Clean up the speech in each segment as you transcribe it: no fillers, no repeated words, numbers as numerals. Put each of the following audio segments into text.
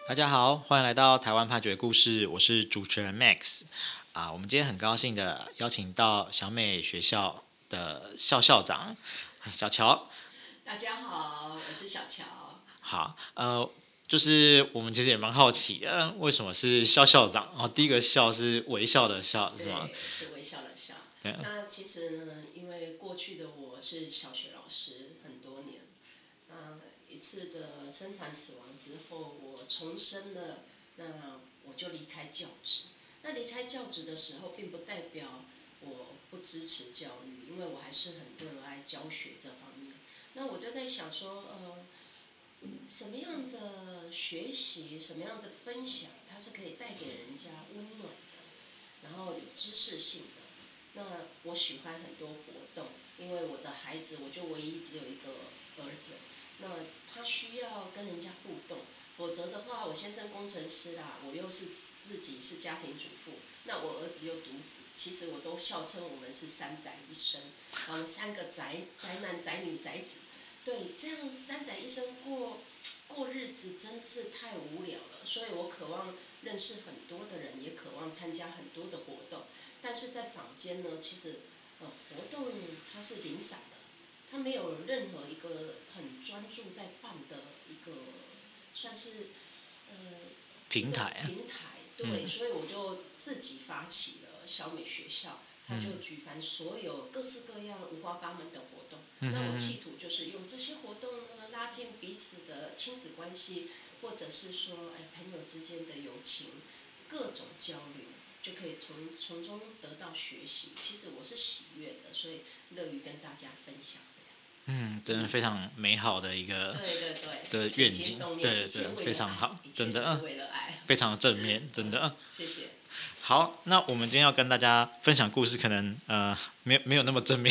大家好，欢迎来到台湾判决故事，我是主持人 Max。我们今天很高兴的邀请到小美学校的校长小乔。 大家好，我是小乔。 好，就是我们其实也蛮好奇的，为什么是校长？第一个校是微笑的笑，是吗？ 对，是微笑的笑。 对。 那其实呢，因为过去的我是小学老师很多年，一次的生产死亡之后，我重生了，那我就离开教职。那离开教职的时候，并不代表我不支持教育，因为我还是很热爱教学这方面。那我就在想说，什么样的学习，什么样的分享，它是可以带给人家温暖的，然后有知识性的。那我喜欢很多活动，因为我的孩子，我就唯一只有一个儿子，那他需要跟人家互动，否则的话，我先生工程师啦，我又是自己是家庭主妇，那我儿子又独子，其实我都笑称我们是三宅一生，三个宅男宅女宅子。对，这样三宅一生过日子真是太无聊了，所以我渴望认识很多的人，也渴望参加很多的活动。但是在坊间呢，其实活动它是零散的，它没有任何一个很专注在办的一个算是平台。 对，所以我就自己发起了小美学校，它就举办所有各式各样五花八门的活动。那我企图就是用这些活动呢，拉近彼此的亲子关系，或者是说，朋友之间的友情，各种交流，就可以从中得到学习。其实我是喜悦的，所以乐于跟大家分享这样。 真的非常美好的一个的愿景，对，非常好，真的， 为了爱， 非常正面，真的。 谢谢。 好，那我们今天要跟大家分享故事，可能没有那么正面，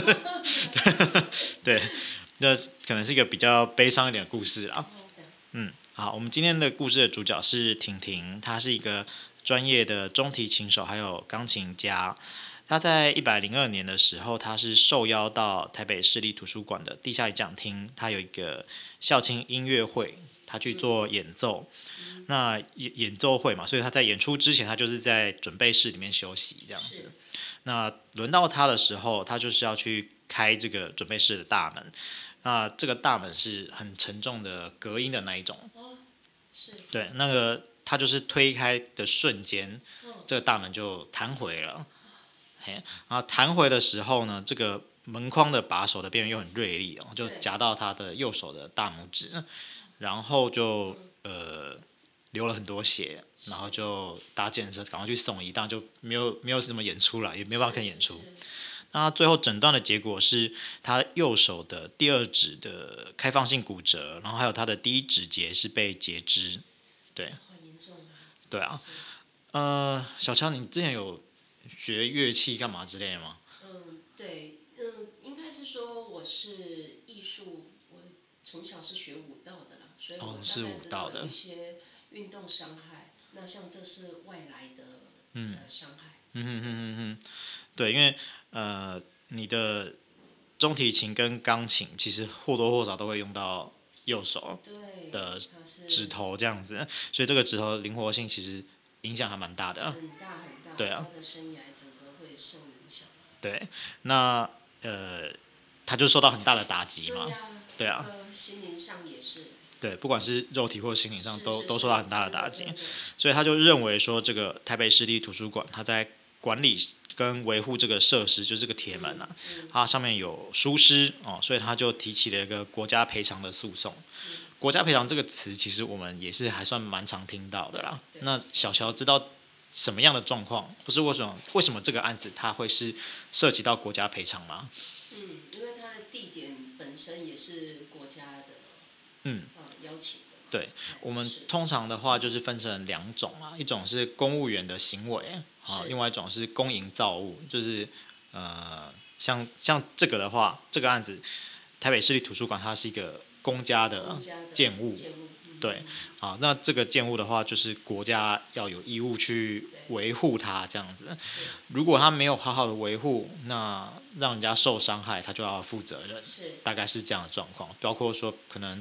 对，那可能是一个比较悲伤一点的故事啦。好，我们今天的故事的主角是婷婷，她是一个专业的中提琴手，还有钢琴家。他在102年的时候，他是受邀到台北市立图书馆的地下讲厅，他有一个校庆音乐会，他去做演奏。那演奏会嘛，所以他在演出之前，他就是在准备室里面休息这样子。那轮到他的时候，他就是要去开这个准备室的大门。那这个大门是很沉重的隔音的那一种。对，那个他就是推开的瞬间，这个大门就弹回了。然后弹回的时候呢，这个门框的把手的边缘又很锐利就夹到他的右手的大拇指，然后就流了很多血，然后就搭建车赶快去送医，当然就没有什么演出了，也没有办法看演出。那最后诊断的结果是他右手的第二指的开放性骨折，然后还有他的第一指节是被截肢。对，对啊，小乔，你之前有学乐器干嘛之类的吗？ 对，应该是说我是艺术，我从小是学舞蹈的啦，所以我大概知道一些运动伤害。那像这是外来的伤害。 对，因为你的中提琴跟钢琴其实或多或少都会用到右手的指头这样子，所以这个指头的灵活性其实影响还蛮大的。 很大。 对啊。 他的生涯整个会受影响。 对，那他就受到很大的打击嘛。对啊。 心灵上也是。 对，不管是肉体或心理上都受到很大的打击，所以他就认为说，这个台北市立图书馆，他在管理跟维护这个设施，就是这个铁门它上面有疏失所以他就提起了一个国家赔偿的诉讼。国家赔偿这个词，其实我们也是还算蛮常听到的啦。那小乔知道什么样的状况，或是为什么这个案子它会是涉及到国家赔偿吗？ 因为它的地点本身也是国家的邀请的。 对，我们通常的话就是分成两种一种是公务员的行为另外一种是公营造物，就是像这个的话，这个案子台北市立图书馆它是一个公家的建物。对，那这个建物的话，就是国家要有义务去维护它，这样子。如果他没有好好的维护，那让人家受伤害，他就要负责任。大概是这样的状况。包括说可能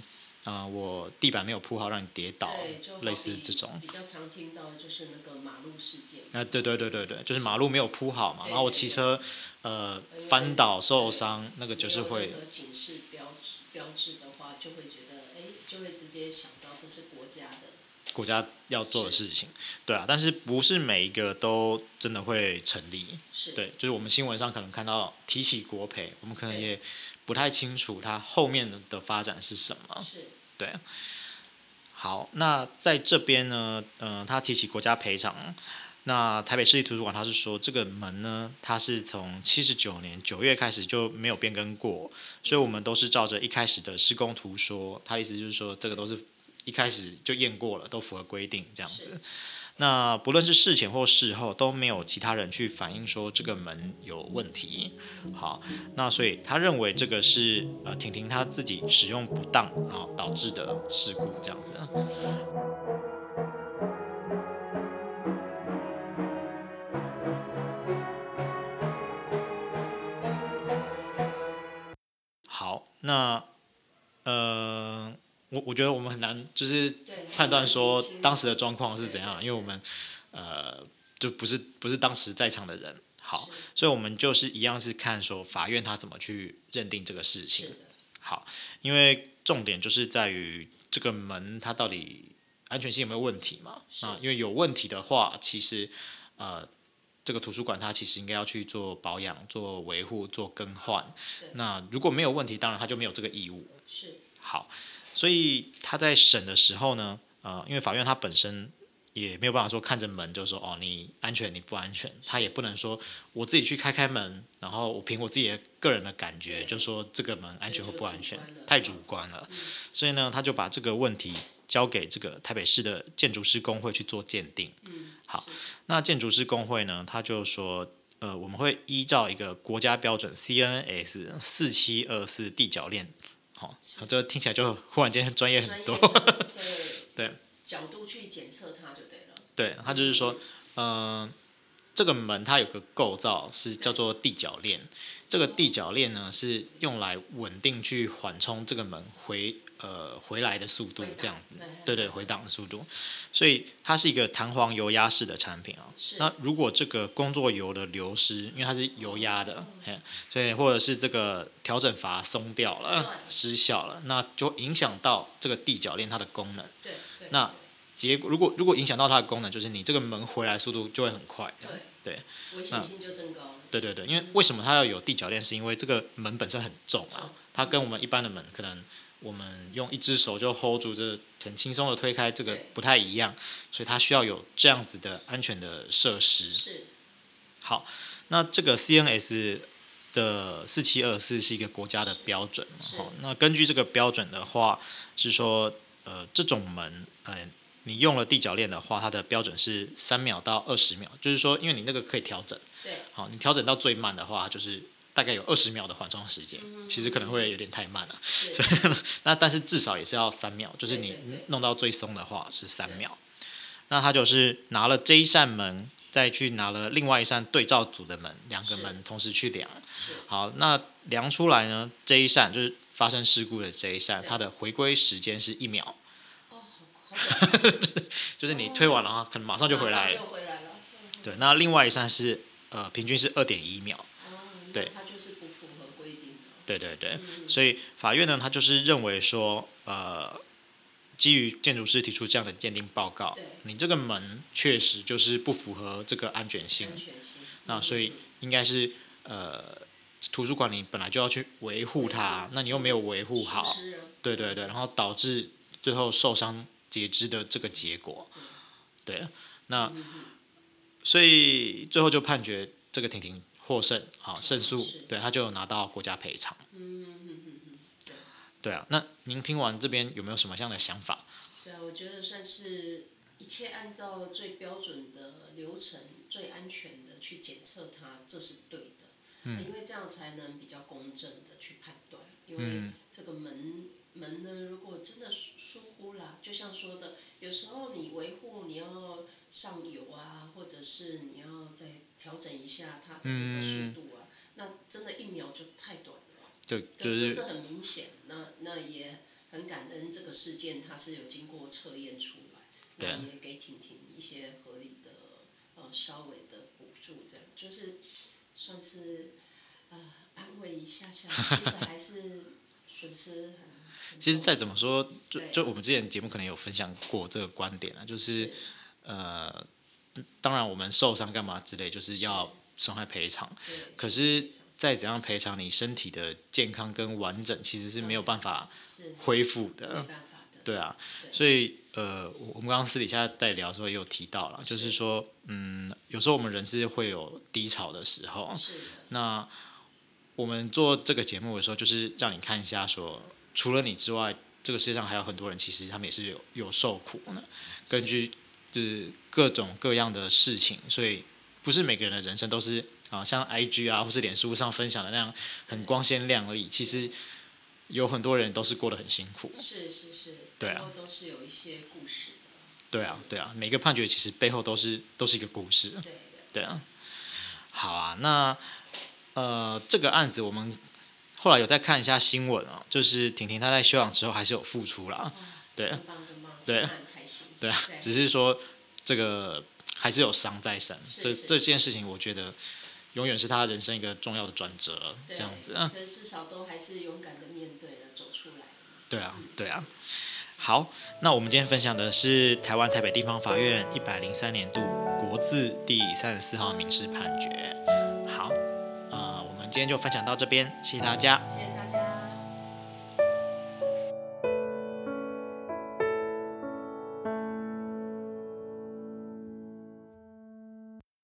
我地板没有铺好让你跌倒，类似这种。 比较常听到的就是那个马路事件。 对，就是马路没有铺好嘛，然后我骑车翻倒受伤，那个就是会。 没有任何警示标志的话，就会觉得就会直接想到这是国家要做的事情，对啊，但是不是每一个都真的会成立，对，就是我们新闻上可能看到提起国赔，我们可能也不太清楚它后面的发展是什么，对。好，那在这边呢，他提起国家赔偿，那台北市立图书馆他是说这个门呢，它是从79年9月开始就没有变更过，所以我们都是照着一开始的施工图说，他的意思就是说这个都是一开始就验过了，都符合规定这样子。那不论是事前或事后都没有其他人去反映说这个门有问题。好，那所以他认为这个是婷婷她自己使用不当导致的事故这样子。好，那我觉得我们很难就是判断说当时的状况是怎样，因为我们就不是当时在场的人。好，所以我们就是一样是看说法院他怎么去认定这个事情。好，因为重点就是在于这个门它到底安全性有没有问题嘛？因为有问题的话，其实这个图书馆它其实应该要去做保养、做维护、做更换。那如果没有问题，当然它就没有这个义务。好，所以他在审的时候呢，因为法院它本身也没有办法说看着门就说哦你安全你不安全，他也不能说我自己去开门，然后我凭我自己的个人的感觉就说这个门安全或不安全，太主观了。所以呢，他就把这个问题交给这个台北市的建筑师公会去做鉴定。好，那建筑师公会呢，他就说我们会依照一个国家标准 CNS 4724地铰链。好，这听起来就忽然间专业很多。对， 角度去检测它就对了。 对，他就是说，这个门它有个构造是叫做地铰链，这个地铰链呢是用来稳定去缓冲这个门回来的速度，这样子，对，回档的速度，所以它是一个弹簧油压式的产品啊。那如果这个工作油的流失，因为它是油压的，所以或者是这个调整阀松掉了、失效了，那就影响到这个地铰链它的功能。那结果如果影响到它的功能，就是你这个门回来速度就会很快。对， 危险性就增高了。 对，因为为什么它要有地铰链？是因为这个门本身很重啊，它跟我们一般的门可能我们用一只手就 hold 住，这很轻松的推开，这个不太一样，所以它需要有这样子的安全的设施。好，那这个 CNS 的4724是一个国家的标准。那根据这个标准的话，是说这种门，你用了地铰链的话，它的标准是3秒到20秒，就是说，因为你那个可以调整，好，你调整到最慢的话，就是大概有20秒的缓冲时间，其实可能会有点太慢了，所以那但是至少也是要3秒，就是你弄到最松的话是3秒。那他就是拿了这一扇门，再去拿了另外一扇对照组的门，两个门同时去量，好，那量出来呢，这一扇就是发生事故的这一扇，它的回归时间是1秒。就是你推完了，可能马上就回来了。对，那另外一扇是平均是2.1秒。对， 它就是不符合规定的。 对，所以法院呢，他就是认为说，基于建筑师提出这样的鉴定报告，你这个门确实就是不符合这个安全性。那所以应该是图书馆你本来就要去维护它，那你又没有维护好，对，然后导致最后受伤截肢的这个结果。对，那所以最后就判决这个婷婷获胜，好胜诉，对，他就有拿到国家赔偿。对啊，那您听完这边有没有什么样的想法？ 对啊，我觉得算是一切按照最标准的流程、最安全的去检测它，这是对的。因为这样才能比较公正的去判断。因为这个门呢，如果真的疏忽啦，就像说的，有时候你维护你要上油啊，或者是你要再调整一下它的那个速度啊，那真的1秒就太短了。 这是很明显。那也很感恩这个事件它是有经过测验出来， 对， 那也给婷婷一些合理的稍微的补助，这样就是算是安慰一下下，其实还是损失很其实再怎么说，就我们之前节目可能有分享过这个观点啊，就是当然我们受伤干嘛之类，就是要损害赔偿。可是再怎样赔偿，你身体的健康跟完整其实是没有办法恢复的。对啊，所以我们刚刚私底下在聊的时候也有提到了，就是说，有时候我们人是会有低潮的时候。那我们做这个节目的时候，就是让你看一下说，除了你之外，这个世界上还有很多人，其实他们也是有受苦的。根据就是各种各样的事情，所以不是每个人的人生都是像 IG 啊或是脸书上分享的那样很光鲜亮丽。其实有很多人都是过得很辛苦。 是，对啊，背后都是有一些故事的。 对啊，每个判决其实背后都是一个故事。对啊。好啊，那这个案子我们后来有再看一下新闻啊，就是婷婷她在休养之后还是有复出啦。对， 真棒， 对，对啊，只是说这个还是有伤在身。这件事情，我觉得永远是她人生一个重要的转折，这样子啊。 可是至少都还是勇敢的面对了，走出来。 对啊。好，那我们今天分享的是台湾台北地方法院103年度国字第34号民事判决。好，我们今天就分享到这边，谢谢大家。